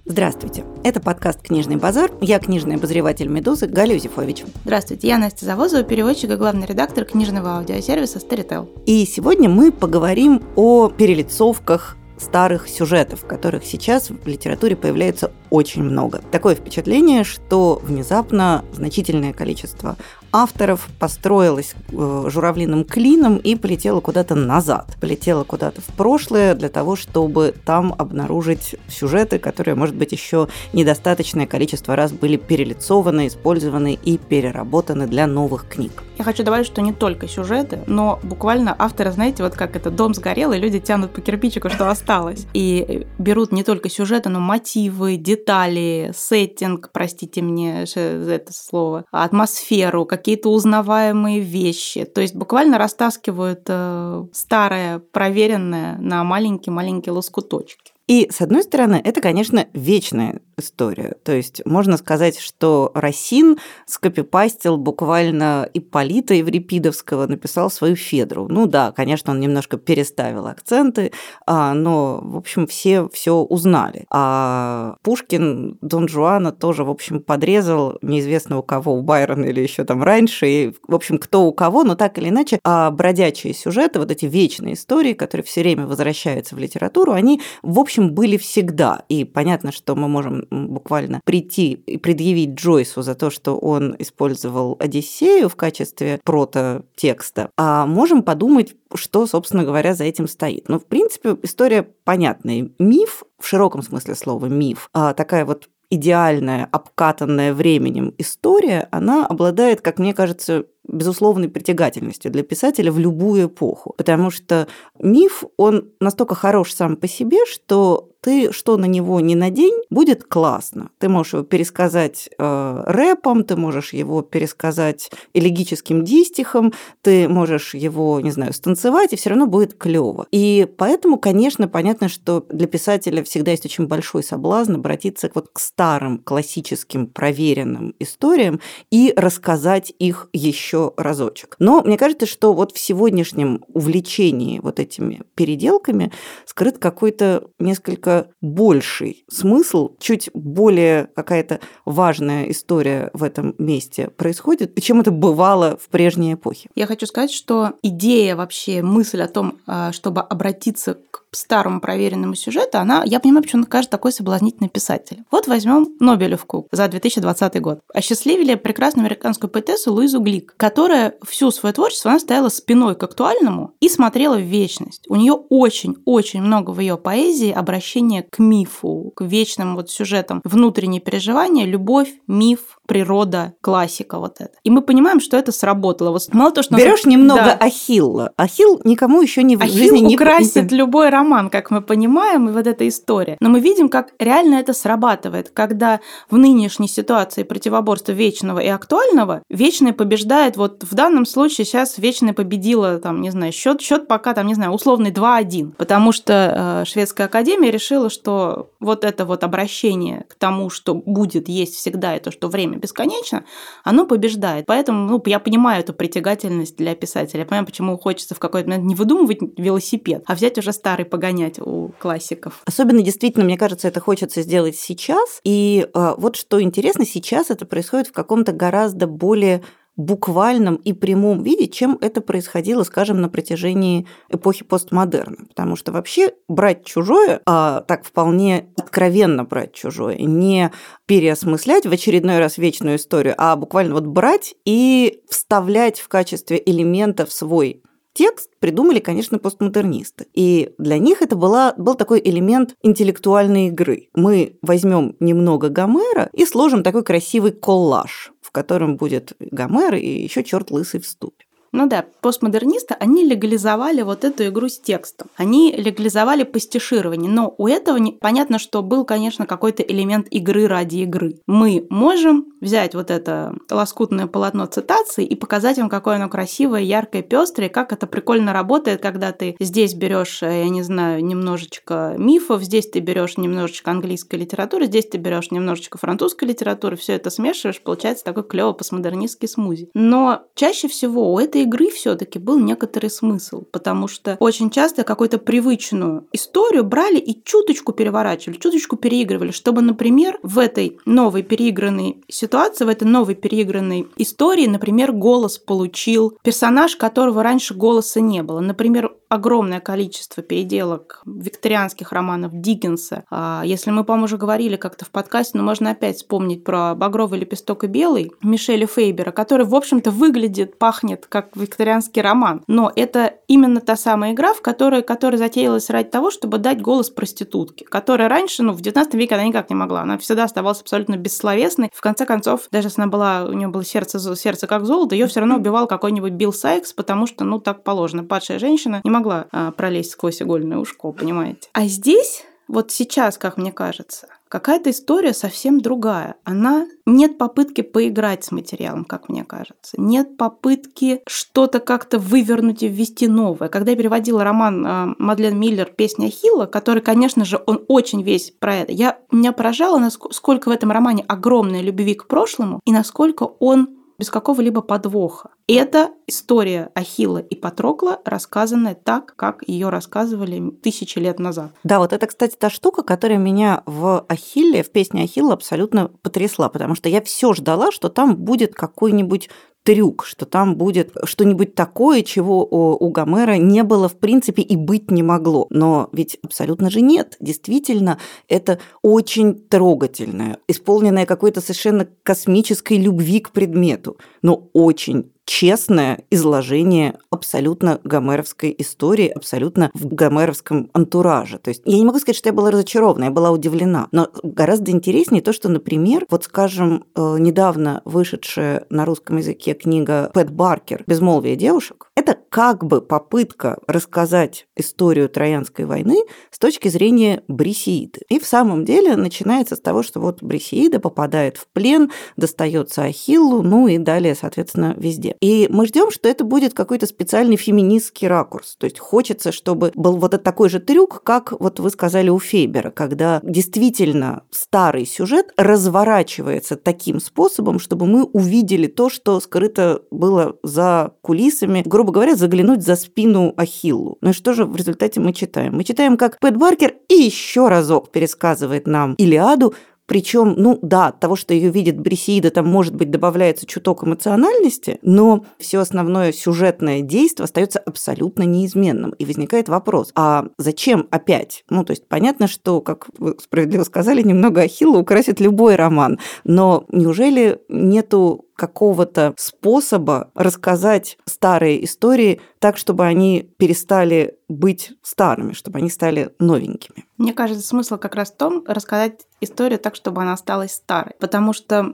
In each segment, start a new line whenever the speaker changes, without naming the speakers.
Здравствуйте. Это подкаст «Книжный базар». Я книжный обозреватель «Медузы» Галя Юзефович.
Здравствуйте. Я Настя Завозова, переводчик и главный редактор книжного аудиосервиса Storytel.
И сегодня мы поговорим о перелицовках старых сюжетов, которых сейчас в литературе появляется очень много. Такое впечатление, что внезапно значительное количество авторов построилось журавлиным клином и полетело куда-то назад, полетело куда-то в прошлое для того, чтобы там обнаружить сюжеты, которые, может быть, еще недостаточное количество раз были перелицованы, использованы и переработаны для новых книг.
Я хочу добавить, что не только сюжеты, но буквально авторы, знаете, вот как это, дом сгорел, и люди тянут по кирпичику, что осталось. И берут не только сюжеты, но мотивы, детали, сеттинг, простите мне это слово, атмосферу, какие-то узнаваемые вещи. То есть буквально растаскивают старое, проверенное на маленькие-маленькие лоскуточки.
И, с одной стороны, это, конечно, вечная история. То есть можно сказать, что Расин скопипастил буквально Ипполита Еврипидовского, написал свою Федру. Ну да, конечно, он немножко переставил акценты, но, в общем, все узнали. А Пушкин Дон Жуана тоже, в общем, подрезал неизвестно у кого, у Байрона или еще там раньше, и, в общем, кто у кого, но так или иначе, бродячие сюжеты, вот эти вечные истории, которые все время возвращаются в литературу, они, в общем, были всегда. И понятно, что мы можем буквально прийти и предъявить Джойсу за то, что он использовал Одиссею в качестве прототекста, а можем подумать, что, собственно говоря, за этим стоит. Но, в принципе, история понятная. Миф, в широком смысле слова миф, такая вот идеальная, обкатанная временем история, она обладает, как мне кажется, безусловной притягательностью для писателя в любую эпоху. Потому что миф, он настолько хорош сам по себе, что ты что на него не надень, будет классно. Ты можешь его пересказать рэпом, ты можешь его пересказать элегическим дистихом, ты можешь его, не знаю, станцевать, и все равно будет клево. И поэтому, конечно, понятно, что для писателя всегда есть очень большой соблазн обратиться вот к старым, классическим, проверенным историям и рассказать их еще разочек. Но мне кажется, что вот в сегодняшнем увлечении вот этими переделками скрыт какой-то несколько больший смысл, чуть более какая-то важная история в этом месте происходит, чем это бывало в прежней эпохе.
Я хочу сказать, что идея вообще, мысль о том, чтобы обратиться к старому проверенному сюжету, я понимаю, почему она кажется такой соблазнительной писателю. Вот возьмем Нобелевку за 2020 год. Осчастливили прекрасную американскую поэтессу Луизу Глик, которая всю свое творчество она стояла спиной к актуальному и смотрела в вечность. У нее очень-очень много в ее поэзии обращения к мифу, к вечным вот сюжетам, внутренние переживания, любовь, миф, природа, классика вот это. И мы понимаем, что это сработало. Вот мало того, что
берешь немного Ахилла. Ахилл никому еще не в жизни не
украсит любой роман, как мы понимаем, и вот эта история. Но мы видим, как реально это срабатывает, когда в нынешней ситуации противоборства вечного и актуального вечное побеждает. Вот в данном случае сейчас вечное победило, там, не знаю, счет пока, там, не знаю, условный 2-1, потому что Шведская академия решила, что вот это вот обращение к тому, что будет, есть всегда, и то, что время бесконечно, оно побеждает. Поэтому я понимаю эту притягательность для писателя. Я понимаю, почему хочется в какой-то момент не выдумывать велосипед, а взять уже старый погонять у классиков.
Особенно, действительно, мне кажется, это хочется сделать сейчас. И вот что интересно, сейчас это происходит в каком-то гораздо более буквальном и прямом виде, чем это происходило, скажем, на протяжении эпохи постмодерна. Потому что вообще брать чужое, так вполне откровенно брать чужое, не переосмыслять в очередной раз вечную историю, а буквально вот брать и вставлять в качестве элемента в свой текст придумали, конечно, постмодернисты. И для них это был такой элемент интеллектуальной игры. Мы возьмем немного Гомера и сложим такой красивый коллаж, в котором будет Гомер и еще черт лысый в ступе.
Ну да, постмодернисты, они легализовали вот эту игру с текстом. Они легализовали пастиширование. Но у этого понятно, что был, конечно, какой-то элемент игры ради игры. Мы можем взять вот это лоскутное полотно цитации и показать вам, какое оно красивое, яркое, пестрое, как это прикольно работает, когда ты здесь берешь, я не знаю, немножечко мифов, здесь ты берешь немножечко английской литературы, здесь ты берешь немножечко французской литературы, все это смешиваешь, получается такой клёвый постмодернистский смузи. Но чаще всего у этой игры все-таки был некоторый смысл, потому что очень часто какую-то привычную историю брали и чуточку переворачивали, чуточку переигрывали, чтобы, например, в этой новой переигранной ситуации, в этой новой переигранной истории, например, голос получил персонаж, которого раньше голоса не было. Например, огромное количество переделок викторианских романов Диккенса. Если мы, по-моему, уже говорили как-то в подкасте, но можно опять вспомнить про «Багровый лепесток и белый» Мишеля Фейбера, который, в общем-то, выглядит, пахнет как викторианский роман. Но это именно та самая игра, которая затеялась ради того, чтобы дать голос проститутке, которая раньше, в XIX веке она никак не могла. Она всегда оставалась абсолютно бессловесной. В конце концов, даже если у нее было сердце как золото, ее все равно убивал какой-нибудь Билл Сайкс, потому что, так положено. Падшая женщина не могла пролезть сквозь игольное ушко, понимаете? А здесь, вот сейчас, как мне кажется, какая-то история совсем другая. Нет попытки поиграть с материалом, как мне кажется. Нет попытки что-то как-то вывернуть и ввести новое. Когда я переводила роман Мадлен Миллер «Песня Ахилла», который, конечно же, он очень весь про это, меня поражало, насколько в этом романе огромной любви к прошлому и насколько он без какого-либо подвоха. Это история Ахилла и Патрокла, рассказанная так, как ее рассказывали 1000 лет назад.
Да, вот это, кстати, та штука, которая меня в «Ахилле», в «Песне Ахилла» абсолютно потрясла, потому что я все ждала, что там будет какой-нибудь трюк, что там будет что-нибудь такое, чего у Гомера не было в принципе и быть не могло. Но ведь абсолютно же нет. Действительно, это очень трогательное, исполненное какой-то совершенно космической любви к предмету, но очень честное изложение абсолютно гомеровской истории, абсолютно в гомеровском антураже. То есть я не могу сказать, что я была разочарована, я была удивлена. Но гораздо интереснее то, что, например, вот, скажем, недавно вышедшая на русском языке книга Пэт Баркер «Безмолвие девушек» — это как бы попытка рассказать историю Троянской войны с точки зрения Брисеиды. И в самом деле начинается с того, что вот Брисеида попадает в плен, достается Ахиллу, и далее, соответственно, везде. И мы ждем, что это будет какой-то специальный феминистский ракурс. То есть хочется, чтобы был вот такой же трюк, как вот вы сказали у Фейбера, когда действительно старый сюжет разворачивается таким способом, чтобы мы увидели то, что скрыто было за кулисами, грубо говоря, заглянуть за спину Ахиллу. Ну и что же в результате мы читаем? Мы читаем, как Пэт Баркер и еще разок пересказывает нам Илиаду. Причем, от того, что ее видит Брисеида, там, может быть, добавляется чуток эмоциональности, но все основное сюжетное действие остается абсолютно неизменным. И возникает вопрос, а зачем опять? То есть понятно, что, как вы справедливо сказали, немного Ахилла украсит любой роман, но неужели нету какого-то способа рассказать старые истории так, чтобы они перестали быть старыми, чтобы они стали новенькими?
Мне кажется, смысл как раз в том, рассказать историю так, чтобы она осталась старой. Потому что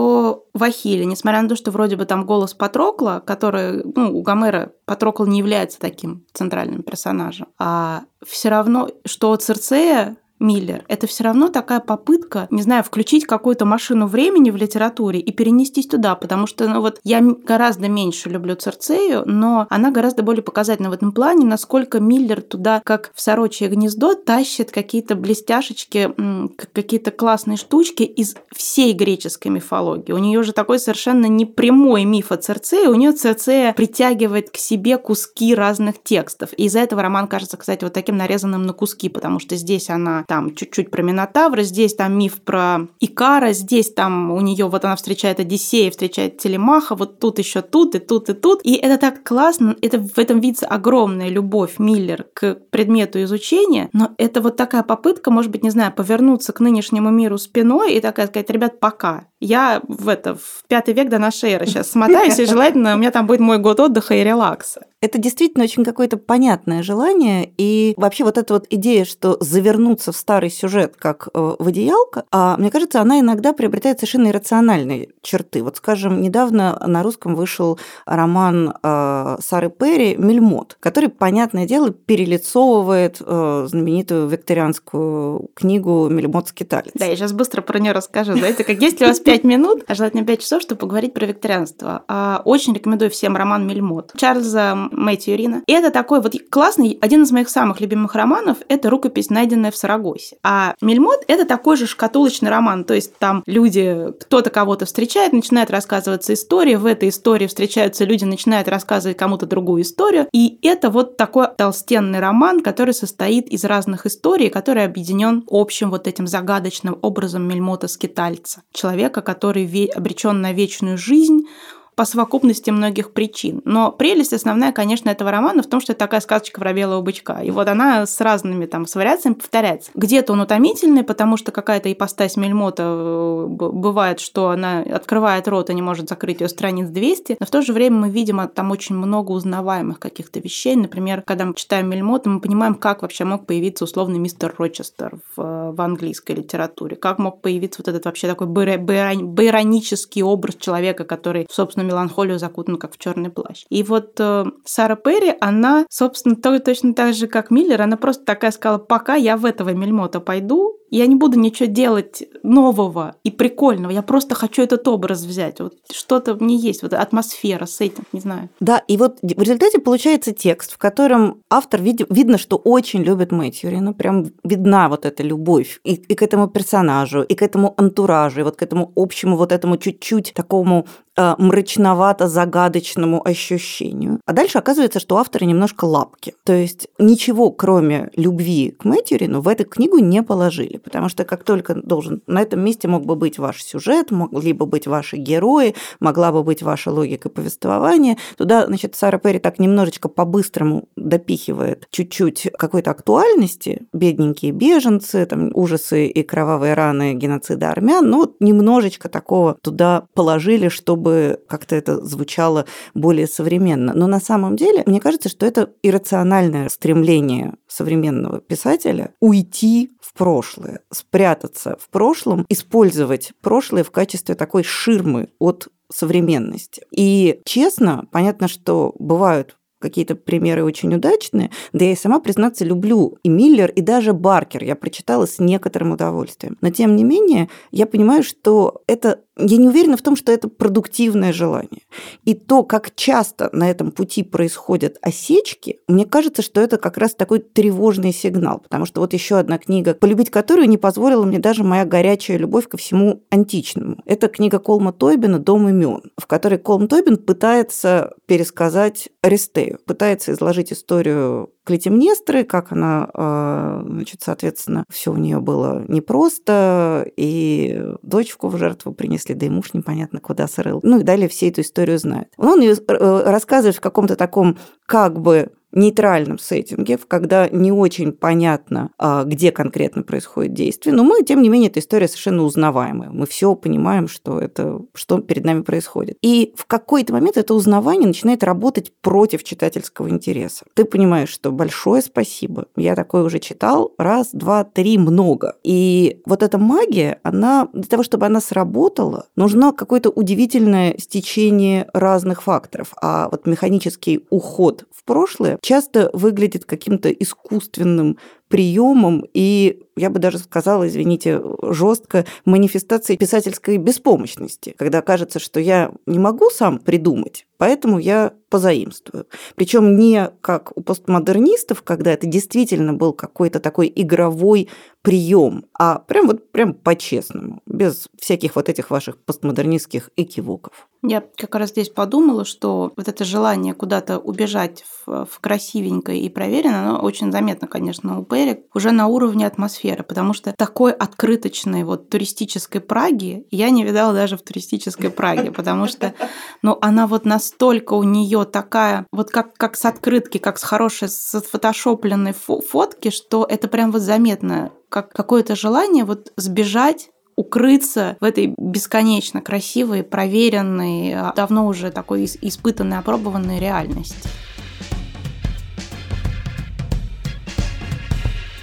в Ахилле, несмотря на то, что вроде бы там голос Патрокла, который, у Гомера Патрокл не является таким центральным персонажем, а все равно, что Цирцея Миллер, это все равно такая попытка, включить какую-то машину времени в литературе и перенестись туда, потому что, я гораздо меньше люблю Цирцею, но она гораздо более показательна в этом плане, насколько Миллер туда, как в «Сорочье гнездо», тащит какие-то блестяшечки, какие-то классные штучки из всей греческой мифологии. У нее же такой совершенно непрямой миф о Цирцее, у нее Цирцея притягивает к себе куски разных текстов. И из-за этого роман кажется, кстати, вот таким нарезанным на куски, потому что здесь она там чуть-чуть про Минотавра, здесь там миф про Икара, здесь там у нее она встречает Одиссея, встречает Телемаха, вот тут еще тут и тут и тут. И это так классно, в этом видится огромная любовь Миллер к предмету изучения, но это вот такая попытка, может быть, повернуться к нынешнему миру спиной и такая сказать: ребят, пока. Я в 5 век до нашей эры сейчас смотаюсь, и желательно у меня там будет мой год отдыха и релакса.
Это действительно очень какое-то понятное желание, и вообще вот эта вот идея, что завернуться в старый сюжет как в одеялко, мне кажется, она иногда приобретает совершенно иррациональные черты. Вот, скажем, недавно на русском вышел роман Сары Перри «Мельмот», который, понятное дело, перелицовывает знаменитую викторианскую книгу «Мельмот-скиталец».
Да, я сейчас быстро про нее расскажу. Знаете, как есть ли у вас 5 минут, а желательно 5 часов, чтобы поговорить про викторианство. Очень рекомендую всем роман «Мельмот» Чарльза Мэтьюрина. И это такой вот классный, один из моих самых любимых романов, это рукопись, найденная в Сарагосе. А «Мельмот» — это такой же шкатулочный роман, то есть там люди, кто-то кого-то встречает, начинает рассказываться история, в этой истории встречаются люди, начинают рассказывать кому-то другую историю, и это вот такой толстенный роман, который состоит из разных историй, который объединен общим вот этим загадочным образом Мельмота-скитальца, человека, который обречен на вечную жизнь по совокупности многих причин. Но прелесть основная, конечно, этого романа в том, что это такая сказочка про белого бычка. И вот она с разными там с вариациями повторяется. Где-то он утомительный, потому что какая-то ипостась Мельмота бывает, что она открывает рот и не может закрыть ее страниц 200, но в то же время мы видим там очень много узнаваемых каких-то вещей. Например, когда мы читаем Мельмота, мы понимаем, как вообще мог появиться условный мистер Рочестер в английской литературе, как мог появиться вот этот вообще такой байронический образ человека, который, собственно, меланхолию закутан, как в черный плащ. И вот Сара Перри, она, собственно, точно так же, как Миллер, она просто такая сказала: пока я в этого Мельмота пойду, я не буду ничего делать нового и прикольного, я просто хочу этот образ взять. Вот что-то в ней есть, вот атмосфера с этим, не знаю.
Да, и вот в результате получается текст, в котором автор, видно, что очень любит Мэтьюрина, прям видна вот эта любовь и к этому персонажу, и к этому антуражу, и вот к этому общему вот этому чуть-чуть такому мрачновато-загадочному ощущению. А дальше оказывается, что у автора немножко лапки. То есть ничего, кроме любви к Мэтьюрину, в эту книгу не положили. Потому что как только на этом месте мог бы быть ваш сюжет, могли бы быть ваши герои, могла бы быть ваша логика повествования. Туда, значит, Сара Перри так немножечко по-быстрому допихивает чуть-чуть какой-то актуальности. Бедненькие беженцы, там, ужасы и кровавые раны геноцида армян. Ну, вот немножечко такого туда положили, чтобы как-то это звучало более современно. Но на самом деле, мне кажется, что это иррациональное стремление современного писателя уйти в прошлое, спрятаться в прошлом, использовать прошлое в качестве такой ширмы от современности. И честно, понятно, что бывают какие-то примеры очень удачные, да я и сама, признаться, люблю и Миллер, и даже Баркер я прочитала с некоторым удовольствием. Но тем не менее, я понимаю, что это... Я не уверена в том, что это продуктивное желание. И то, как часто на этом пути происходят осечки, мне кажется, что это как раз такой тревожный сигнал, потому что вот еще одна книга, полюбить которую не позволила мне даже моя горячая любовь ко всему античному. Это книга Колма Тойбина «Дом имен», в которой Колм Тойбин пытается пересказать Аристею, пытается изложить историю Клетимнестры, как она, значит, соответственно, все у нее было непросто, и дочку в жертву принесли, да и муж непонятно куда срыл. Ну и далее все эту историю знают. Он ее рассказывает в каком-то таком как бы нейтральном сеттинге, когда не очень понятно, где конкретно происходит действие, но мы, тем не менее, эта история совершенно узнаваемая. Мы все понимаем, что перед нами происходит. И в какой-то момент это узнавание начинает работать против читательского интереса. Ты понимаешь, что большое спасибо, я такое уже читал раз, два, три, много. И вот эта магия, она для того, чтобы она сработала, нужно какое-то удивительное стечение разных факторов. А вот механический уход в прошлое часто выглядит каким-то искусственным приемом и, я бы даже сказала, извините, жестко, манифестацией писательской беспомощности, когда кажется, что я не могу сам придумать, поэтому я позаимствую. Причем не как у постмодернистов, когда это действительно был какой-то такой игровой прием, а прям по-честному, без всяких вот этих ваших постмодернистских экивоков.
Я как раз здесь подумала, что вот это желание куда-то убежать в красивенькое и проверенное, оно очень заметно, конечно, у Перри, уже на уровне атмосферы, потому что такой открыточной вот туристической Праги я не видала даже в туристической Праге, потому что, она вот настолько у нее такая, вот как с открытки, как с хорошей, с фотошопленной фотки, что это прям вот заметно, как какое-то желание вот сбежать, укрыться в этой бесконечно красивой, проверенной, давно уже такой испытанной, опробованной реальности.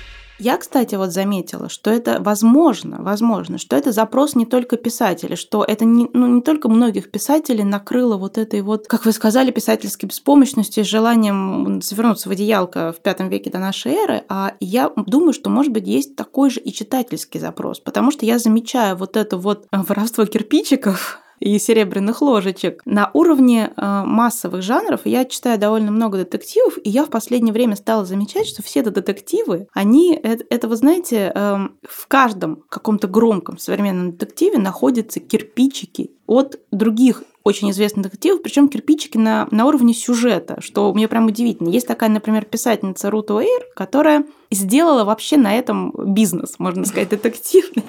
я, кстати, вот заметила, что это возможно, что это запрос не только писателей, что это не только многих писателей накрыло вот этой вот, как вы сказали, писательской беспомощностью, желанием завернуться в одеялко в V веке до нашей эры, а я думаю, что, может быть, есть такой же и читательский запрос, потому что я замечаю вот это вот воровство кирпичиков и серебряных ложечек на уровне массовых жанров. Я читаю довольно много детективов, и я в последнее время стала замечать, что все это детективы, они, это вы знаете, в каждом каком-то громком современном детективе находятся кирпичики от других очень известных детективов, причем кирпичики на уровне сюжета, что мне прям удивительно. Есть такая, например, писательница Рут Уэйр, которая сделала вообще на этом бизнес, можно сказать, детективный.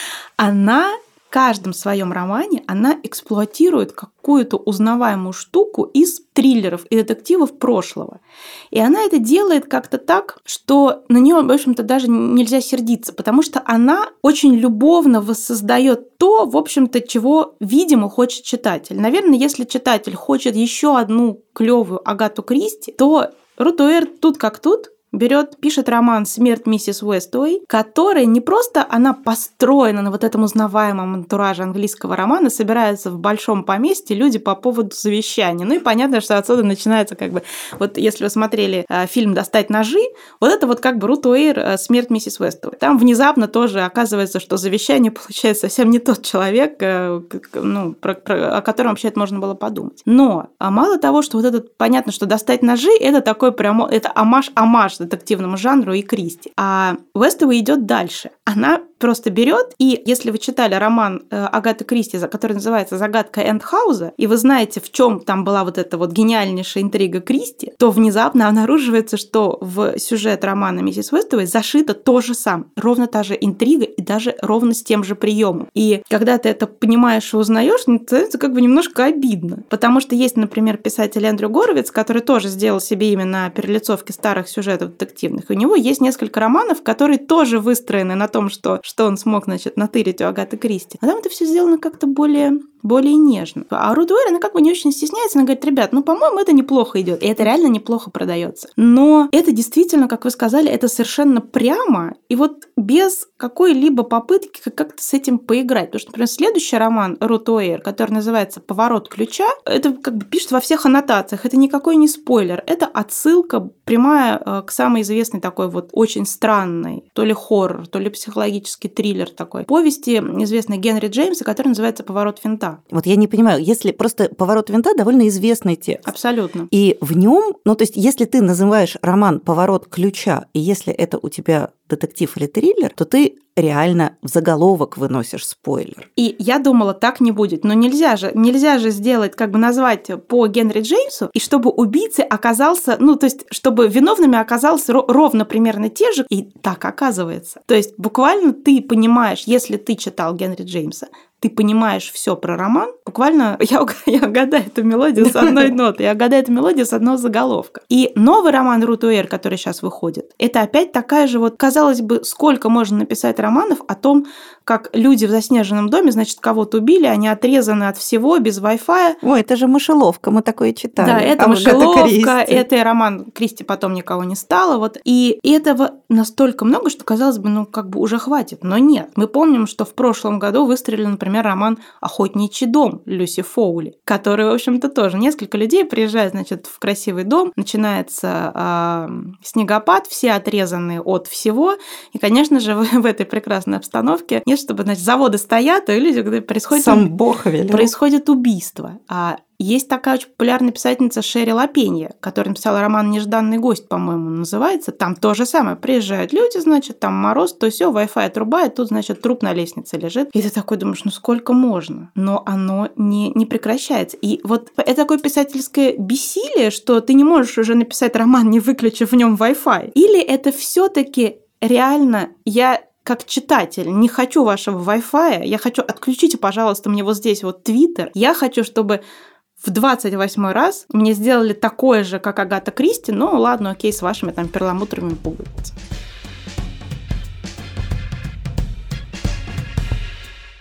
Она в каждом своем романе она эксплуатирует какую-то узнаваемую штуку из триллеров и детективов прошлого. И она это делает как-то так, что на нее, в общем-то, даже нельзя сердиться, потому что она очень любовно воссоздает то, в общем-то, чего, видимо, хочет читатель. Наверное, если читатель хочет еще одну клевую Агату Кристи, то Рут Уэйр тут как тут пишет роман «Смерть миссис Уэстуэй», который не просто она построена на вот этом узнаваемом антураже английского романа, собираются в большом поместье люди по поводу завещания. Ну и понятно, что отсюда начинается как бы... Вот если вы смотрели фильм «Достать ножи», вот это вот как бы Рут Уэйр «Смерть миссис Уэстуэй». Там внезапно тоже оказывается, что завещание получает совсем не тот человек, о котором вообще это можно было подумать. Но мало того, что вот этот... Понятно, что «Достать ножи» — это такой прямо... Это омаж детективному жанру и Кристи. А Уэстуэй идет дальше. Она просто берет, и если вы читали роман Агаты Кристи, который называется «Загадка Эндхауза», и вы знаете, в чем там была вот эта вот гениальнейшая интрига Кристи, то внезапно обнаруживается, что в сюжет романа «Миссис Уэстуэй» зашито то же самое, ровно та же интрига и даже ровно с тем же приемом. И когда ты это понимаешь и узнаешь, становится как бы немножко обидно. Потому что есть, например, писатель Эндрю Горовиц, который тоже сделал себе имя на перелицовке старых сюжетов детективных. У него есть несколько романов, которые тоже выстроены на том, что он смог, значит, натырить у Агаты Кристи. А там это все сделано как-то более нежно. А Рут Уэйр, она как бы не очень стесняется, она говорит: ребят, по-моему, это неплохо идет. И это реально неплохо продается. Но это действительно, как вы сказали, это совершенно прямо и вот без какой-либо попытки как-то с этим поиграть. Потому что, например, следующий роман Рут Уэйр, который называется «Поворот ключа», это как бы пишет во всех аннотациях. Это никакой не спойлер. Это отсылка прямая к самой известной такой вот очень странной, то ли хоррор, то ли психологический триллер такой повести известной Генри Джеймса, который называется «Поворот винта».
Вот я не понимаю, если просто «Поворот винта» довольно известный текст.
Абсолютно.
И в нем, то есть если ты называешь роман «Поворот ключа», и если это у тебя детектив или триллер, то ты реально в заголовок выносишь спойлер.
И я думала, так не будет. Но нельзя же сделать, как бы назвать по Генри Джеймсу, и чтобы убийцей оказался, то есть чтобы виновными оказалось ровно примерно те же, и так оказывается. То есть буквально ты понимаешь, если ты читал Генри Джеймса, ты понимаешь все про роман, буквально я угадаю эту мелодию с одной ноты, я угадаю эту мелодию с одного заголовка. И новый роман Рут Уэйр, который сейчас выходит, это опять такая же вот, казалось бы, сколько можно написать романов о том, как люди в заснеженном доме, значит, кого-то убили, они отрезаны от всего, без Wi-Fi.
Ой, это же мышеловка, мы такое читали.
Да, это мышеловка, это роман Кристи «Потом никого не стало». Вот. И этого настолько много, что, казалось бы, как бы уже хватит. Но нет, мы помним, что в прошлом году выстрелил, например, роман «Охотничий дом» Люси Фоули, который, в общем-то, тоже несколько людей приезжают, значит, в красивый дом, начинается снегопад, все отрезаны от всего, и, конечно же, в этой прекрасной обстановке нет, чтобы, значит, заводы стоят, и люди, когда происходит...
Сам Бог велел.
Происходит убийство. Есть такая очень популярная писательница Шерри Лапенья, которая написала роман «Нежданный гость», по-моему, называется. Там то же самое. Приезжают люди, значит, там мороз, то все, Wi-Fi отрубает, тут, значит, труп на лестнице лежит. И ты такой думаешь, сколько можно? Но оно не прекращается. И вот это такое писательское бессилие, что ты не можешь уже написать роман, не выключив в нем Wi-Fi. Или это все-таки реально я... как читатель, не хочу вашего Wi-Fi, я хочу, отключите, пожалуйста, мне вот здесь вот Twitter. Я хочу, чтобы в 28-й раз мне сделали такое же, как Агата Кристи, ладно, окей, с вашими там перламутровыми пуговицами.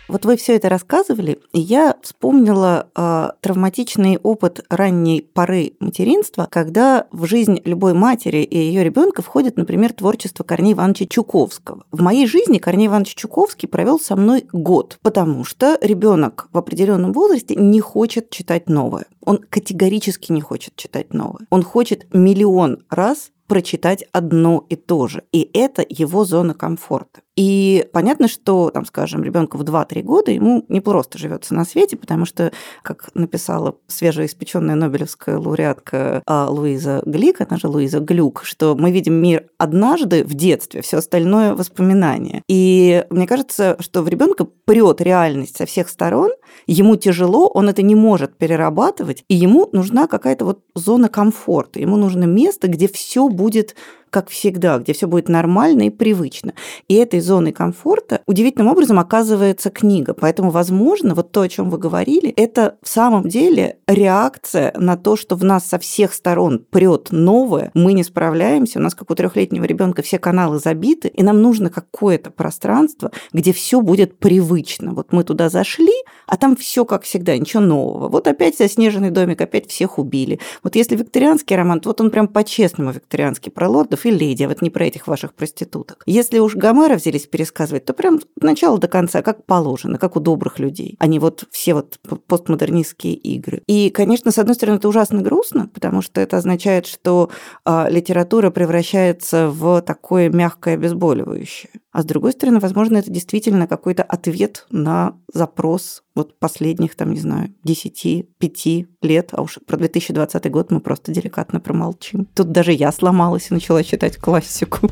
Вот вы все это рассказывали, и я вспомнила травматичный опыт ранней поры материнства, когда в жизнь любой матери и ее ребенка входит, например, творчество Корнея Ивановича Чуковского. В моей жизни Корней Иванович Чуковский провел со мной год, потому что ребенок в определенном возрасте не хочет читать новое. Он категорически не хочет читать новое. Он хочет миллион раз прочитать одно и то же. И это его зона комфорта. И понятно, что, там, скажем, ребенку в 2-3 года ему не просто живется на свете, потому что, как написала свежеиспеченная нобелевская лауреатка Луиза Глик, она же Луиза Глюк, что мы видим мир однажды в детстве, все остальное воспоминания. И мне кажется, что в ребенка прет реальность со всех сторон, ему тяжело, он это не может перерабатывать, и ему нужна какая-то вот зона комфорта, ему нужно место, где все будет как всегда, где все будет нормально и привычно. И этой зоной комфорта удивительным образом оказывается книга. Поэтому, возможно, вот то, о чем вы говорили, это в самом деле реакция на то, что в нас со всех сторон прет новое, мы не справляемся, у нас, как у 3-летнего ребенка, все каналы забиты, и нам нужно какое-то пространство, где все будет привычно. Вот мы туда зашли, а там все как всегда, ничего нового. Вот опять заснеженный домик, опять всех убили. Вот если викторианский роман, то вот он прям по-честному викторианский, про лордов и леди, а вот не про этих ваших проституток. Если уж Гомера взялись пересказывать, то прям от начала до конца, как положено, как у добрых людей, а не вот все вот постмодернистские игры. И, конечно, с одной стороны, это ужасно грустно, потому что это означает, что литература превращается в такое мягкое обезболивающее. А с другой стороны, возможно, это действительно какой-то ответ на запрос вот последних, там, не знаю, 10-5 лет, а уж про 2020 год мы просто деликатно промолчим. Тут даже я сломалась и начала читать классику.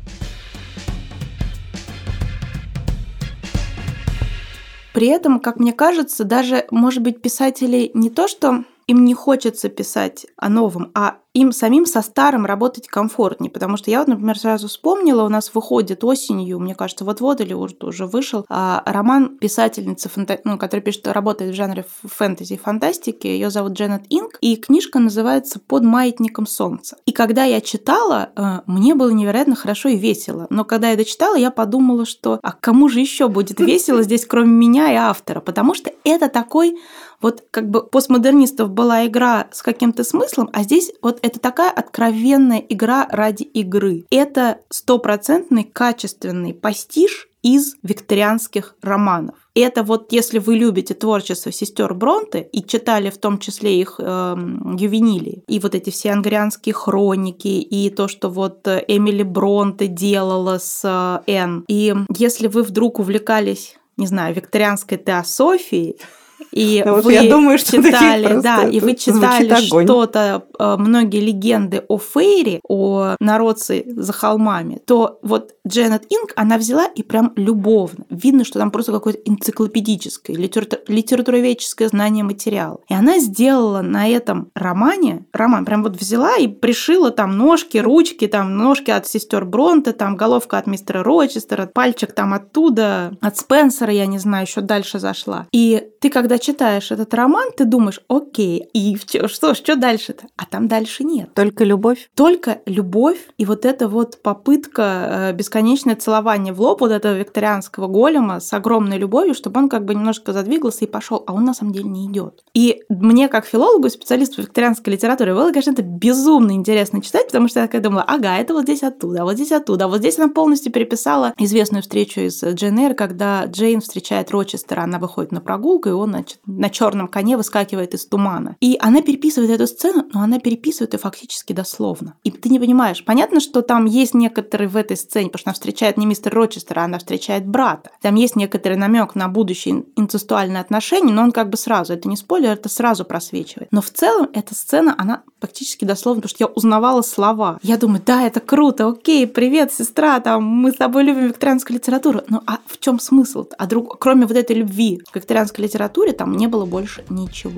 При этом, как мне кажется, даже, может быть, писатели не то, что им не хочется писать о новом, а им самим со старым работать комфортнее. Потому что я вот, например, сразу вспомнила, у нас выходит осенью, мне кажется, вот-вот или уже вышел, роман писательницы, которая пишет, работает в жанре фэнтези и фантастики. Ее зовут Дженет Инг, и книжка называется «Под маятником солнца». И когда я читала, мне было невероятно хорошо и весело. Но когда я дочитала, я подумала, что а кому же еще будет весело здесь, кроме меня и автора? Потому что это такой... Вот как бы постмодернистов была игра с каким-то смыслом, а здесь вот это такая откровенная игра ради игры. Это 100% качественный пастиш из викторианских романов. Это вот если вы любите творчество сестер Бронте и читали в том числе их ювенилии, и вот эти все ангрианские хроники, и то, что вот Эмили Бронте делала с Энн, и если вы вдруг увлекались, не знаю, викторианской теософией, и вы
я думаю, что
читали, да, и вы читали что-то, многие легенды о Фейре, о народце за холмами, то вот Дженет Инг, она взяла и прям любовно. Видно, что там просто какое-то энциклопедическое, литературоведческое знание материала. И она сделала на этом роман прям вот взяла и пришила там ножки, ручки, там ножки от сестер Бронте, там головка от мистера Рочестера, пальчик там оттуда, от Спенсера, я не знаю, еще дальше зашла. И ты, когда читаешь этот роман, ты думаешь, окей, и что дальше-то? А там дальше нет.
Только любовь?
Только любовь, и вот эта вот попытка бесконечное целование в лоб вот этого викторианского голема с огромной любовью, чтобы он как бы немножко задвигался и пошел, а он на самом деле не идет. И мне, как филологу и специалисту викторианской литературы, было, конечно, это безумно интересно читать, потому что я такая думала, ага, это вот здесь оттуда, а вот здесь оттуда. А вот здесь она полностью переписала известную встречу из Джейн Эйр, когда Джейн встречает Рочестера, она выходит на прогулку, и он, значит, на черном коне выскакивает из тумана. И она переписывает эту сцену, но она переписывает ее фактически дословно. И ты не понимаешь, понятно, что там есть некоторые в этой сцене, потому что она встречает не мистера Рочестера, она встречает брата. Там есть некоторый намек на будущие инцестуальные отношения, но он как бы сразу, это не спойлер, это сразу просвечивает. Но в целом эта сцена, она фактически дословно, потому что я узнавала слова. Я думаю, да, это круто, окей, привет, сестра, там, мы с тобой любим викторианскую литературу. Ну, а в чем смысл-то? Кроме вот этой любви к викторианской литературе, там не было больше ничего.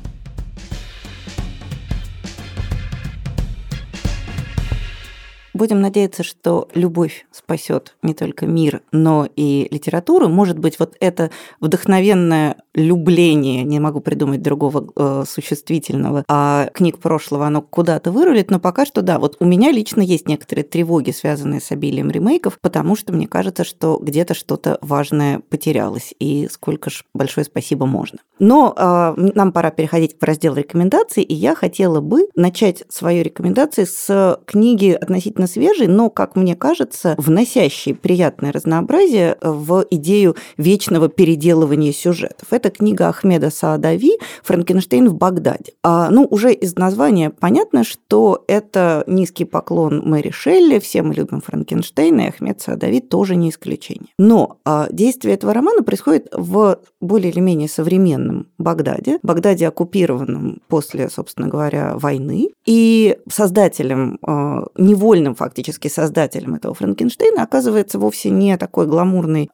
Будем надеяться, что любовь спасет не только мир, но и литературу. Может быть, вот эта вдохновенная любление, не могу придумать другого существительного, книг прошлого, оно куда-то вырулит, но пока что, да, вот у меня лично есть некоторые тревоги, связанные с обилием ремейков, потому что мне кажется, что где-то что-то важное потерялось, и сколько ж большое спасибо можно. Но нам пора переходить к разделу рекомендаций, и я хотела бы начать свою рекомендацию с книги относительно свежей, но, как мне кажется, вносящей приятное разнообразие в идею вечного переделывания сюжетов. Это книга Ахмеда Саадави «Франкенштейн в Багдаде». Уже из названия понятно, что это низкий поклон Мэри Шелли, все мы любим Франкенштейна, и Ахмед Саадави тоже не исключение. Но действие этого романа происходит в более или менее современном Багдаде, оккупированном после, собственно говоря, войны, и создателем, невольным фактически создателем этого Франкенштейна оказывается вовсе не такой гламурный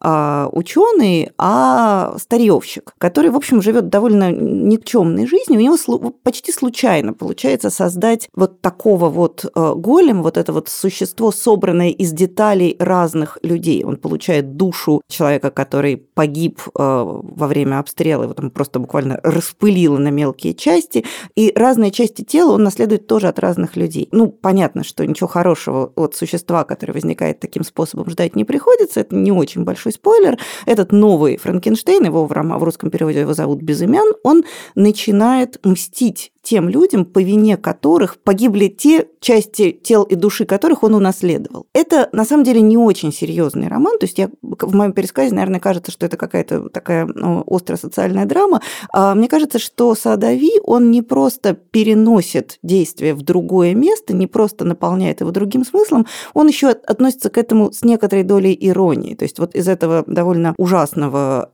ученый, а старьевщик, который, в общем, живет довольно никчемной жизнью. У него почти случайно получается создать вот такого вот голема, вот это вот существо, собранное из деталей разных людей. Он получает душу человека, который погиб во время обстрела, его там просто буквально распылило на мелкие части, и разные части тела он наследует тоже от разных людей. Понятно, что ничего хорошего от существа, которое возникает таким способом, ждать не приходится, это не очень большой спойлер. Этот новый Франкенштейн, его в русском переводе его зовут Безымян, он начинает мстить тем людям, по вине которых погибли те части тел и души которых он унаследовал. Это, на самом деле, не очень серьезный роман, то есть в моем пересказе, наверное, кажется, что это какая-то такая острая социальная драма. Мне кажется, что Саадави, он не просто переносит действие в другое место, не просто наполняет его другим смыслом, он еще относится к этому с некоторой долей иронии. То есть вот из этого довольно ужасного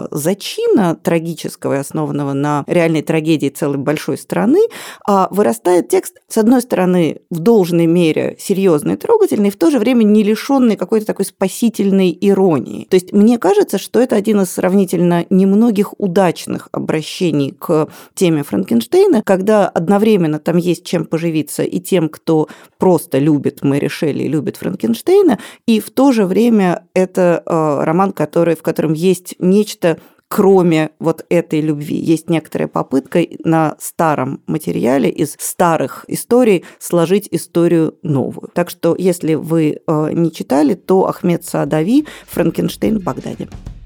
зачина, трагического и основанного на реальной трагедии целой большой страны, вырастает текст, с одной стороны, в должной мере серьезный и трогательный, в то же время не лишенный какой-то такой спасительной иронии. То есть мне кажется, что это один из сравнительно немногих удачных обращений к теме Франкенштейна, когда одновременно там есть чем поживиться и тем, кто просто любит Мэри Шелли и любит Франкенштейна, и в то же время это роман, в котором есть нечто, кроме вот этой любви. Есть некоторая попытка на старом материале из старых историй сложить историю новую. Так что, если вы не читали, то Ахмед Саадави «Франкенштейн в Багдаде».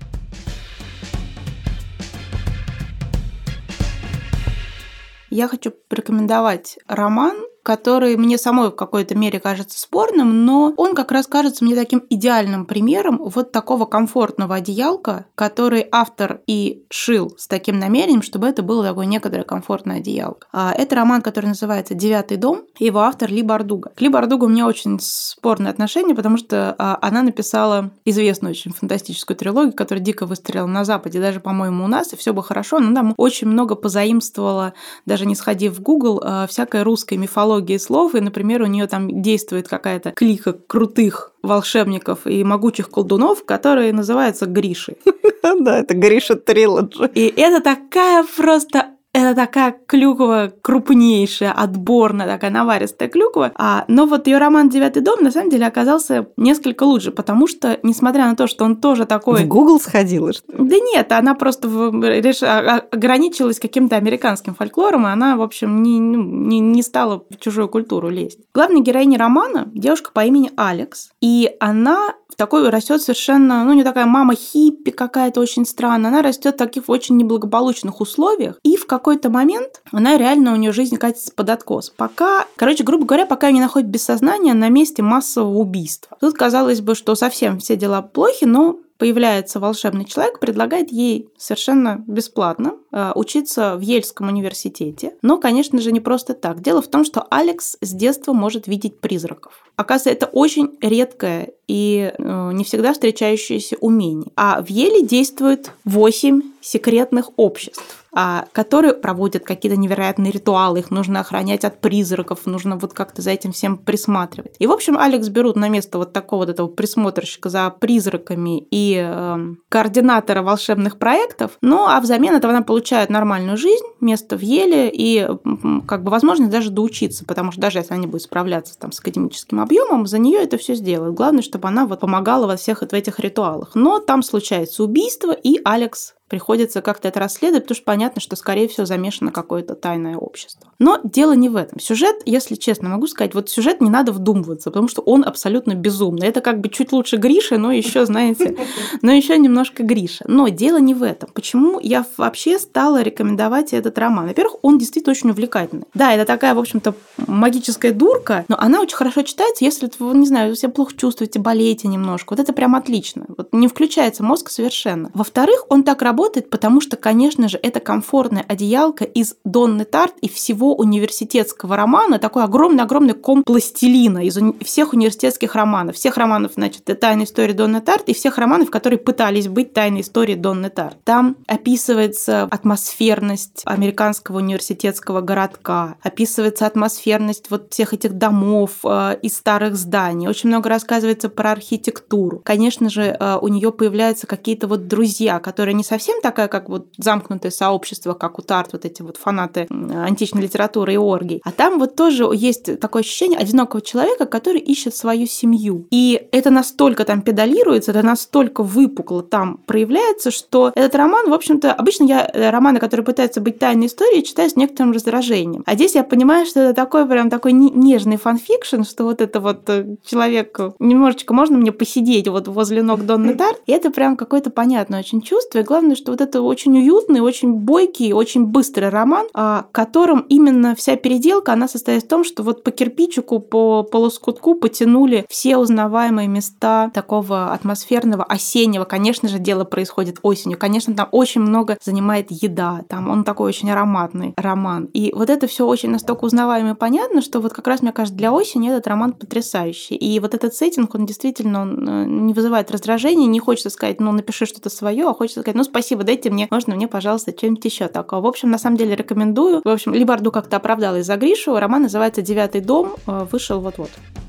Я хочу порекомендовать роман, который мне самой в какой-то мере кажется спорным, но он как раз кажется мне таким идеальным примером вот такого комфортного одеялка, который автор и шил с таким намерением, чтобы это было такое некоторое комфортное одеялко. Это роман, который называется «Девятый дом», и его автор Ли Бардуга. К Ли Бардугу у меня очень спорное отношение, потому что она написала известную очень фантастическую трилогию, которая дико выстрелила на Западе, даже, по-моему, у нас, и все бы хорошо, но там очень много позаимствовала, даже не сходив в Google, всякой русской мифологии слов, и, например, у нее там действует какая-то клика крутых волшебников и могучих колдунов, которые называются Гриши.
Да, это Гриша Трилоджи.
И это такая просто... Это такая клюква крупнейшая, отборная, такая наваристая клюква. Но вот ее роман «Девятый дом» на самом деле оказался несколько лучше, потому что, несмотря на то, что он тоже такой...
В Google сходила, что ли?
Да нет, она просто ограничилась каким-то американским фольклором, и она, в общем, не стала в чужую культуру лезть. Главной героиней романа девушка по имени Алекс, и она в такой растет совершенно, не такая мама хиппи какая-то очень странная, она растет в таких очень неблагополучных условиях, и в какой-то момент у нее жизнь катится под откос. Грубо говоря, пока ее не находят без сознания на месте массового убийства. Тут казалось бы, что совсем все дела плохи, но появляется волшебный человек, предлагает ей совершенно бесплатно учиться в Йельском университете. Но, конечно же, не просто так. Дело в том, что Алекс с детства может видеть призраков. Оказывается, это очень редкое и не всегда встречающееся умение. А в Йеле действует 8 секретных обществ, которые проводят какие-то невероятные ритуалы, их нужно охранять от призраков, нужно вот как-то за этим всем присматривать. И, в общем, Алекс берут на место вот такого вот этого присмотрщика за призраками и координатора волшебных проектов, а взамен этого она получает нормальную жизнь, место в Йеле и возможность даже доучиться, потому что даже если она не будет справляться там с академическим объемом, за нее это все сделают. Главное, чтобы она помогала во всех этих ритуалах. Но там случается убийство, и Алекс Приходится как-то это расследовать, потому что понятно, что, скорее всего, замешано какое-то тайное общество. Но дело не в этом. Сюжет, если честно могу сказать, вот сюжет не надо вдумываться, потому что он абсолютно безумный. Это как бы чуть лучше Гриши, но еще, знаете, но еще немножко Гриша. Но дело не в этом. Почему я вообще стала рекомендовать этот роман? Во-первых, он действительно очень увлекательный. Да, это такая, в общем-то, магическая дурка, но она очень хорошо читается, если вы, не знаю, вы себя плохо чувствуете, болеете немножко. Вот это прям отлично. Вот не включается мозг совершенно. Во-вторых, он так работает, потому что, конечно же, это комфортная одеялка из Донны Тарт и всего университетского романа, такой огромный-огромный ком пластилина из всех университетских романов. Всех романов, значит, «Тайная история Донны Тарт» и всех романов, которые пытались быть тайной историей Донны Тарт. Там описывается атмосферность американского университетского городка, описывается атмосферность вот всех этих домов и старых зданий. Очень много рассказывается про архитектуру. Конечно же, у нее появляются какие-то вот друзья, которые не совсем такая, как вот замкнутое сообщество, как у Тарт, вот эти вот фанаты античной литературы и оргий. А там вот тоже есть такое ощущение одинокого человека, который ищет свою семью. И это настолько там педалируется, это настолько выпукло там проявляется, что этот роман, в общем-то, обычно я романы, которые пытаются быть тайной историей, читаю с некоторым раздражением. А здесь я понимаю, что это такой прям такой нежный фанфикшн, что вот это вот человек, немножечко можно мне посидеть вот возле ног Донны Тарт, и это прям какое-то понятное очень чувство, и главное, что вот это очень уютный, очень бойкий, очень быстрый роман, которым именно вся переделка, она состоит в том, что вот по кирпичику, по полоскутку потянули все узнаваемые места такого атмосферного осеннего. Конечно же, дело происходит осенью. Конечно, там очень много занимает еда. Там он такой очень ароматный роман. И вот это все очень настолько узнаваемо и понятно, что вот как раз, мне кажется, для осени этот роман потрясающий. И вот этот сеттинг, он действительно не вызывает раздражения. Не хочется сказать, ну, напиши что-то свое, а хочется сказать, ну, спасибо, дайте мне, можно мне, пожалуйста, что-нибудь еще такого. В общем, на самом деле рекомендую. В общем, Либарду как-то оправдалась за Гришу. Роман называется «Девятый дом», вышел вот-вот.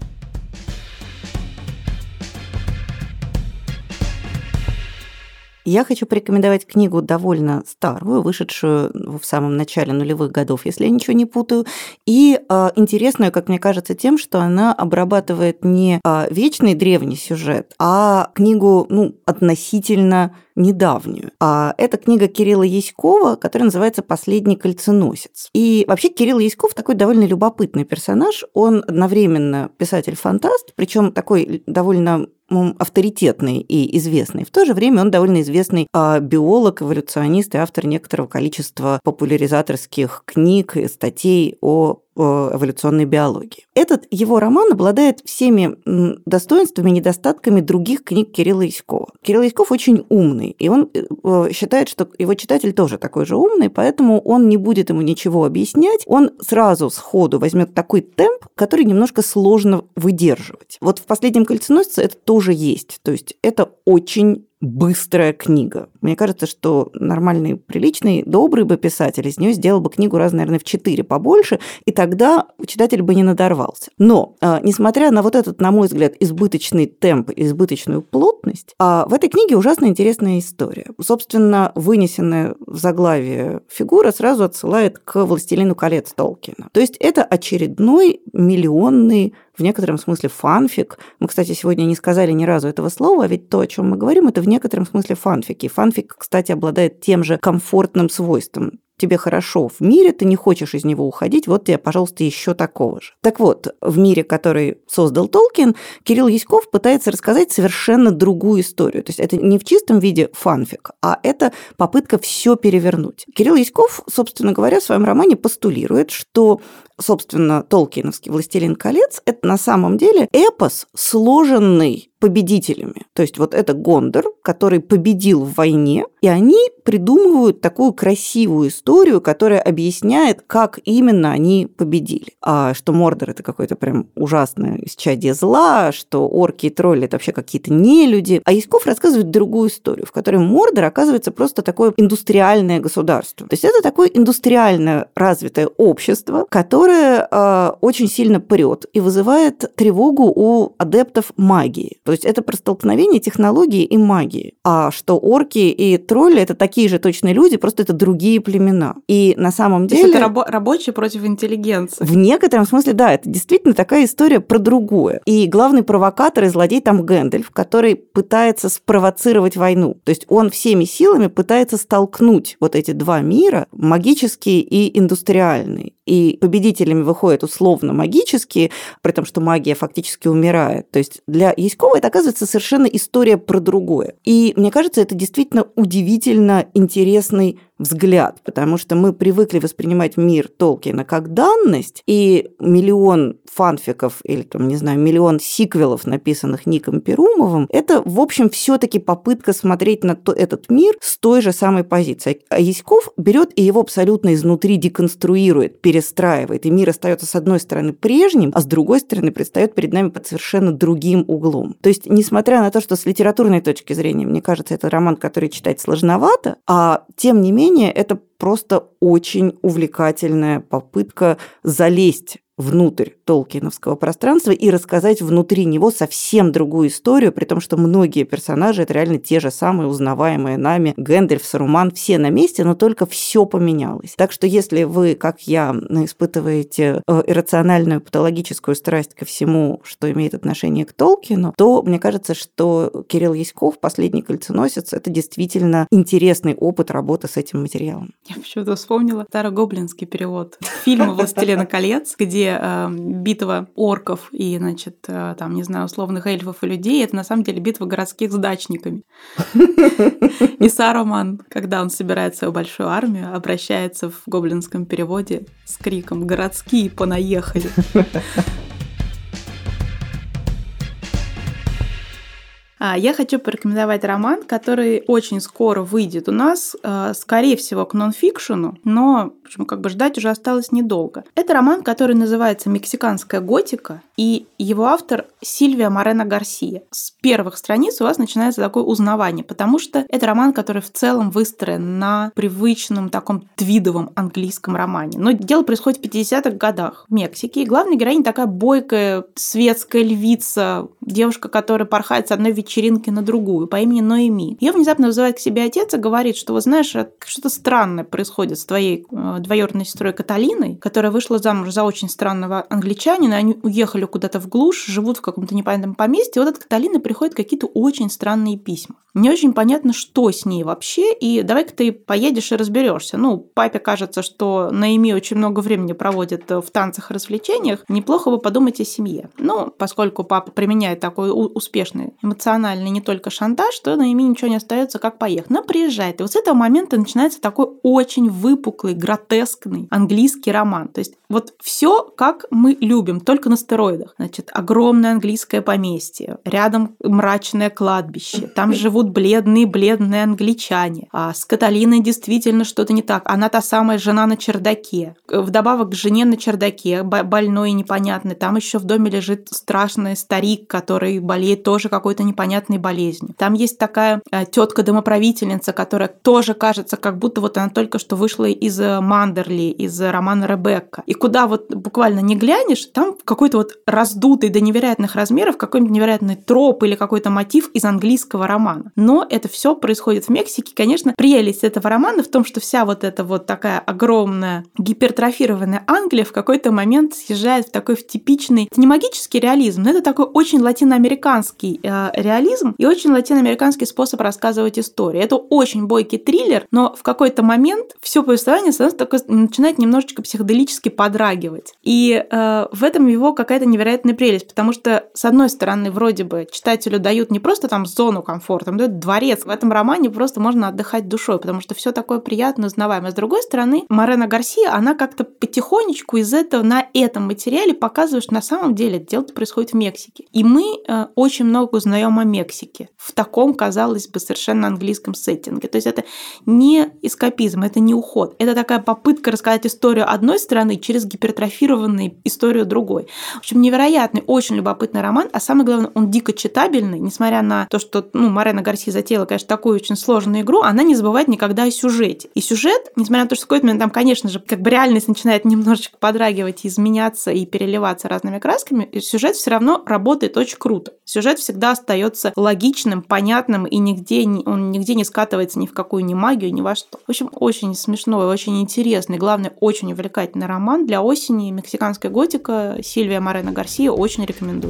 Я хочу порекомендовать книгу довольно старую, вышедшую в самом начале нулевых годов, если я ничего не путаю, и интересную, как мне кажется, тем, что она обрабатывает не вечный древний сюжет, а книгу, относительно недавнюю. Это книга Кирилла Яськова, которая называется «Последний кольценосец». И вообще Кирилл Яськов такой довольно любопытный персонаж. Он одновременно писатель-фантаст, причем такой довольно авторитетный и известный. В то же время он довольно известный биолог, эволюционист и автор некоторого количества популяризаторских книг и статей о эволюционной биологии. Этот его роман обладает всеми достоинствами и недостатками других книг Кирилла Яськова. Кирилл Яськов очень умный, и он считает, что его читатель тоже такой же умный, поэтому он не будет ему ничего объяснять, он сразу сходу возьмет такой темп, который немножко сложно выдерживать. Вот в «Последнем кольценосце» это тоже есть, то есть это очень быстрая книга. Мне кажется, что нормальный, приличный, добрый бы писатель из нее сделал бы книгу раз, наверное, в 4 побольше, и тогда читатель бы не надорвался. Но, несмотря на вот этот, на мой взгляд, избыточный темп, избыточную плотность, в этой книге ужасно интересная история. Собственно, вынесенная в заглавие фигура сразу отсылает к «Властелину колец» Толкина. То есть это очередной миллионный, в некотором смысле, фанфик. Мы, кстати, сегодня не сказали ни разу этого слова, а ведь то, о чем мы говорим, это в некотором смысле фанфики. Фанфик, кстати, обладает тем же комфортным свойством. Тебе хорошо в мире, ты не хочешь из него уходить, вот тебе, пожалуйста, еще такого же. Так вот, в мире, который создал Толкин, Кирилл Яськов пытается рассказать совершенно другую историю. То есть это не в чистом виде фанфик, а это попытка все перевернуть. Кирилл Яськов, собственно говоря, в своем романе постулирует, что, собственно, толкиновский «Властелин колец» – это на самом деле эпос, сложенный победителями. То есть вот это Гондор, который победил в войне, и они придумывают такую красивую историю, которая объясняет, как именно они победили. Что Мордор – это какое-то прям ужасное исчадие зла, что орки и тролли – это вообще какие-то нелюди. А Яськов рассказывает другую историю, в которой Мордор оказывается просто такое индустриальное государство. То есть это такое индустриально развитое общество, которое очень сильно прет и вызывает тревогу у адептов магии. То есть это про столкновение технологии и магии. А что орки и тролли – это такие же точные люди, просто это другие племена. И на самом деле…
То есть это рабочие против интеллигенции.
В некотором смысле, да, это действительно такая история про другое. И главный провокатор и злодей там Гэндальф, который пытается спровоцировать войну. То есть он всеми силами пытается столкнуть вот эти два мира, магический и индустриальный. И победителями выходят условно магические, при том, что магия фактически умирает. То есть для Яськова это, оказывается, совершенно история про другое. И мне кажется, это действительно удивительно интересный взгляд, потому что мы привыкли воспринимать мир Толкиена как данность, и миллион фанфиков или, там, не знаю, миллион сиквелов, написанных Ником Перумовым, это, в общем, все-таки попытка смотреть на этот мир с той же самой позиции. А Яськов берет и его абсолютно изнутри деконструирует, перестраивает, и мир остается с одной стороны прежним, а с другой стороны предстает перед нами под совершенно другим углом. То есть, несмотря на то, что с литературной точки зрения, мне кажется, это роман, который читать сложновато, а тем не менее, это просто очень увлекательная попытка залезть внутрь толкиеновского пространства и рассказать внутри него совсем другую историю, при том, что многие персонажи – это реально те же самые узнаваемые нами. Гэндальф, Саруман – все на месте, но только все поменялось. Так что если вы, как я, испытываете иррациональную патологическую страсть ко всему, что имеет отношение к Толкину, то мне кажется, что Кирилл Яськов, «Последний кольценосец» – это действительно интересный опыт работы с этим материалом.
Я почему-то вспомнила старогоблинский перевод фильма «Властелина колец», где битва орков и, значит, там, не знаю, условных эльфов и людей, это на самом деле битва городских с дачниками. И Саруман, когда он собирает свою большую армию, обращается в гоблинском переводе с криком «Городские понаехали!». Я хочу порекомендовать роман, который очень скоро выйдет у нас, скорее всего, к нонфикшену, но ждать уже осталось недолго. Это роман, который называется «Мексиканская готика», и его автор Сильвия Морено Гарсия. С первых страниц у вас начинается такое узнавание, потому что это роман, который в целом выстроен на привычном таком твидовом английском романе. Но дело происходит в 50-х годах в Мексике, и главная героиня такая бойкая светская львица, девушка, которая порхает с одной вечеринки на другую, по имени Ноэми. Ее внезапно вызывает к себе отец и говорит, что, вы знаешь, что-то странное происходит с твоей двоюродной сестрой Каталиной, которая вышла замуж за очень странного англичанина, они уехали куда-то в глушь, живут в каком-то непонятном поместье, и вот от Каталины приходят какие-то очень странные письма. Не очень понятно, что с ней вообще, и давай-ка ты поедешь и разберешься. Папе кажется, что Ноэми очень много времени проводит в танцах и развлечениях, неплохо бы подумать о семье. Поскольку папа применяет такой успешный эмоциональный не только шантаж, то Ноэми ничего не остается, как поехать. Но приезжает. И вот с этого момента начинается такой очень выпуклый, гротескный английский роман. То есть вот все, как мы любим, только на стероидах. Значит, огромное английское поместье, рядом мрачное кладбище, там живут бледные англичане. А с Каталиной действительно что-то не так. Она та самая жена на чердаке. Вдобавок к жене на чердаке, больной и непонятный, там еще в доме лежит страшный старик, который болеет тоже какой-то непонятной болезнью. Там есть такая тетка-домоправительница, которая тоже кажется, как будто вот она только что вышла из Мандерли, из романа Ребекка. И куда вот буквально не глянешь, там какой-то вот раздутый до невероятных размеров какой-нибудь невероятный троп или какой-то мотив из английского романа. Но это все происходит в Мексике. Конечно, прелесть этого романа в том, что вся вот эта вот такая огромная гипертрофированная Англия в какой-то момент съезжает в такой типичный, это не магический реализм, но это такой очень латиноамериканский реализм и очень латиноамериканский способ рассказывать историю. Это очень бойкий триллер, но в какой-то момент все повествование начинает немножечко психоделически подрагивать. И в этом его какая-то невероятная прелесть, потому что, с одной стороны, вроде бы читателю дают не просто там зону комфорта, им дают дворец. В этом романе просто можно отдыхать душой, потому что все такое приятное, узнаваемое. С другой стороны, Морено Гарсия, она как-то потихонечку из этого на этом материале показывает, что на самом деле дело происходит в Мексике. И мы очень много узнаем о Мексике в таком, казалось бы, совершенно английском сеттинге. То есть это не эскапизм, это не уход. Это такая попытка попытка рассказать историю одной стороны через гипертрофированную историю другой. В общем, невероятный, очень любопытный роман, а самое главное, он дико читабельный, несмотря на то, что Морено Гарсия затеяла, конечно, такую очень сложную игру, она не забывает никогда о сюжете. И сюжет, несмотря на то, что в какой-то момент там, конечно же, как бы реальность начинает немножечко подрагивать, изменяться и переливаться разными красками, сюжет все равно работает очень круто. Сюжет всегда остается логичным, понятным, и он нигде не скатывается ни в какую ни магию, ни во что. В общем, очень смешной, очень интересный, главное, очень увлекательный роман для осени. Мексиканская готика, Сильвия Морено Гарсия, очень рекомендую.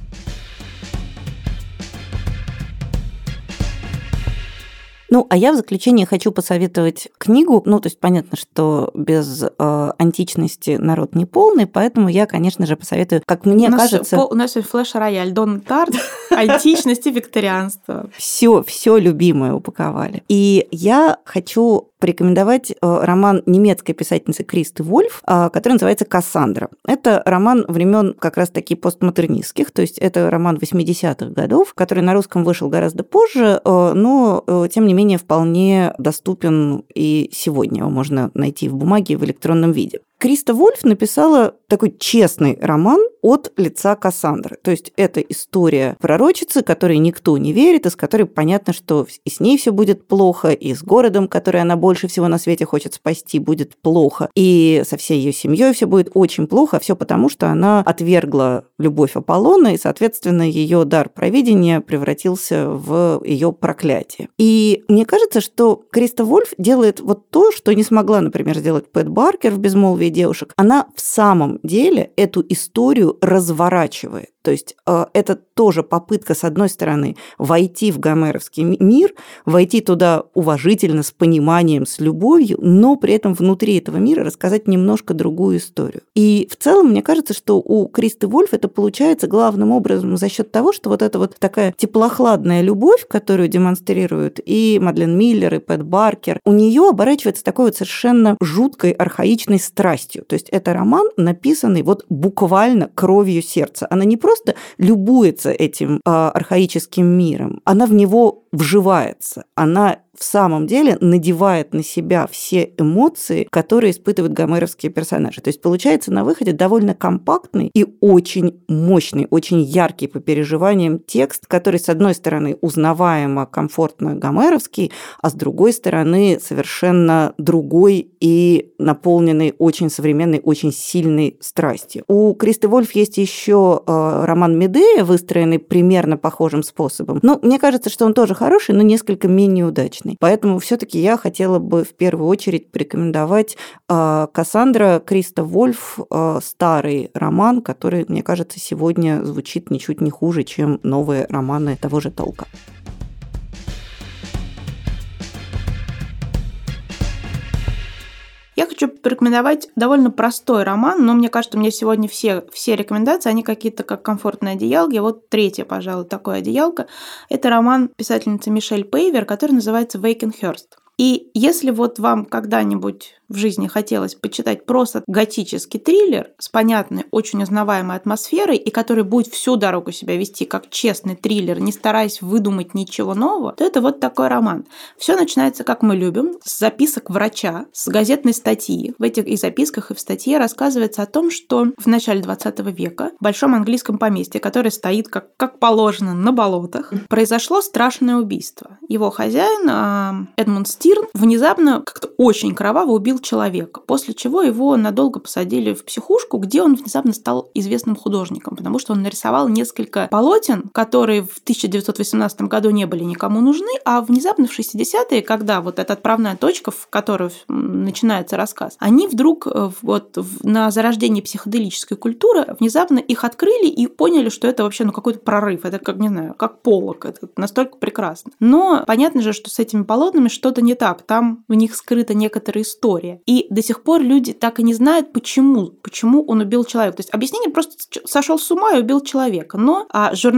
А я в заключение хочу посоветовать книгу. То есть понятно, что без античности народ не полный, поэтому я, конечно же, посоветую, как мне кажется...
У нас флеш-рояль, Дон Тарт, античность и викторианство.
Все любимое упаковали. И я хочу порекомендовать роман немецкой писательницы Кристы Вольф, который называется «Кассандра». Это роман времен как раз-таки постмодернистских, то есть это роман 80-х годов, который на русском вышел гораздо позже, но, тем не менее, вполне доступен и сегодня. Его можно найти в бумаге и в электронном виде. Криста Вольф написала такой честный роман от лица Кассандры. То есть это история пророчицы, которой никто не верит, и с которой понятно, что и с ней все будет плохо, и с городом, который она больше всего на свете хочет спасти, будет плохо, и со всей ее семьей все будет очень плохо, а все потому, что она отвергла любовь Аполлона, и, соответственно, ее дар провидения превратился в ее проклятие. И мне кажется, что Криста Вольф делает вот то, что не смогла, например, сделать Пэт Баркер в «Безмолвии девушек». Она в самом деле эту историю разворачивает. То есть это тоже попытка, с одной стороны, войти в гомеровский мир, войти туда уважительно, с пониманием, с любовью, но при этом внутри этого мира рассказать немножко другую историю. И в целом, мне кажется, что у Кристы Вольф это получается главным образом за счет того, что вот эта вот такая теплохладная любовь, которую демонстрируют и Мадлен Миллер, и Пэт Баркер, у нее оборачивается такой вот совершенно жуткой, архаичной страстью. То есть это роман, написанный вот буквально кровью сердца. Она не просто любуется этим архаическим миром, она в него вживается, она в самом деле надевает на себя все эмоции, которые испытывают гомеровские персонажи. То есть получается на выходе довольно компактный и очень мощный, очень яркий по переживаниям текст, который, с одной стороны, узнаваемо, комфортно гомеровский, а с другой стороны, совершенно другой и наполненный очень современной, очень сильной страстью. У Кристы Вольф есть еще роман «Медея», выстроенный примерно похожим способом. Мне кажется, что он тоже хороший, но несколько менее удачный. Поэтому все-таки я хотела бы в первую очередь порекомендовать «Кассандра» Криста Вольф, старый роман, который, мне кажется, сегодня звучит ничуть не хуже, чем новые романы того же толка.
Я хочу порекомендовать довольно простой роман, но мне кажется, у меня сегодня все рекомендации, они какие-то как комфортные одеялки. Вот третье, пожалуй, такое одеялко. Это роман писательницы Мишель Пейвер, который называется «Вейкенхёрст». И если вот вам когда-нибудь в жизни хотелось почитать просто готический триллер с понятной, очень узнаваемой атмосферой, и который будет всю дорогу себя вести как честный триллер, не стараясь выдумать ничего нового, то это вот такой роман. Все начинается, как мы любим, с записок врача, с газетной статьи. В этих и записках, и в статье рассказывается о том, что в начале 20 века в большом английском поместье, которое стоит как положено на болотах, произошло страшное убийство. Его хозяин, Эдмунд Стирн, внезапно как-то очень кроваво убил человека, после чего его надолго посадили в психушку, где он внезапно стал известным художником, потому что он нарисовал несколько полотен, которые в 1918 году не были никому нужны, а внезапно в 60-е, когда вот эта отправная точка, в которой начинается рассказ, они вдруг на зарождении психоделической культуры внезапно их открыли и поняли, что это вообще какой-то прорыв, это как, не знаю, как Поллок, это настолько прекрасно. Но понятно же, что с этими полотнами что-то не так, там в них скрыта некоторая история. И до сих пор люди так и не знают, почему он убил человека. То есть объяснение просто сошел с ума и убил человека. Но журналист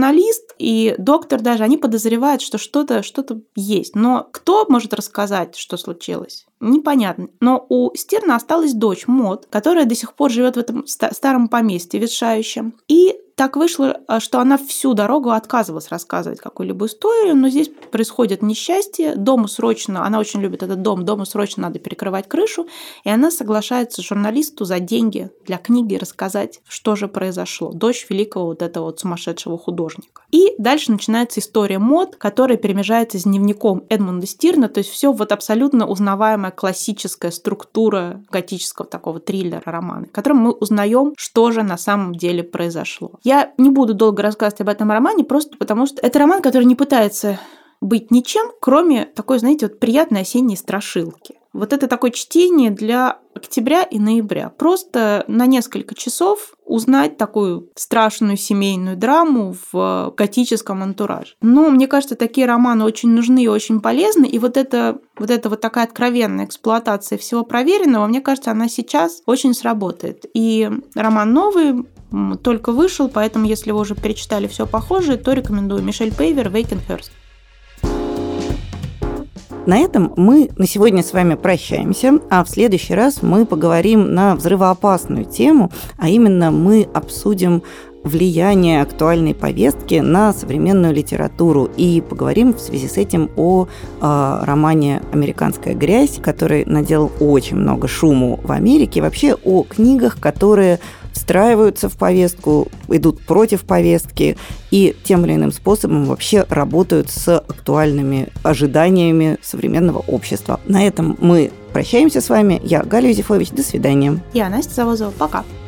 и доктор даже, они подозревают, что что-то есть. Но кто может рассказать, что случилось? Непонятно. Но у Стирна осталась дочь Мод, которая до сих пор живет в этом старом поместье ветшающем. И так вышло, что она всю дорогу отказывалась рассказывать какую-либо историю, но здесь происходит несчастье, дому срочно, она очень любит этот дому срочно надо перекрывать крышу, и она соглашается журналисту за деньги для книги рассказать, что же произошло. Дочь великого вот этого вот сумасшедшего художника. И дальше начинается история Мод, которая перемежается с дневником Эдмунда Стирна, то есть все вот абсолютно узнаваемая классическая структура готического такого триллера романа, в котором мы узнаем, что же на самом деле произошло. Я не буду долго рассказывать об этом романе, просто потому что это роман, который не пытается быть ничем, кроме такой, знаете, вот приятной осенней страшилки. Вот это такое чтение для октября и ноября. Просто на несколько часов узнать такую страшную семейную драму в готическом антураже. Но мне кажется, такие романы очень нужны и очень полезны. И вот эта такая откровенная эксплуатация всего проверенного, мне кажется, она сейчас очень сработает. И роман новый, только вышел, поэтому если вы уже перечитали все похожее, то рекомендую. Мишель Пейвер, Вейкенхёрст.
На этом мы на сегодня с вами прощаемся, а в следующий раз мы поговорим на взрывоопасную тему, а именно мы обсудим влияние актуальной повестки на современную литературу и поговорим в связи с этим о романе «Американская грязь», который наделал очень много шуму в Америке, и вообще о книгах, которые встраиваются в повестку, идут против повестки и тем или иным способом вообще работают с актуальными ожиданиями современного общества. На этом мы прощаемся с вами. Я Галя Юзефович. До свидания.
Я Настя Завозова. Пока.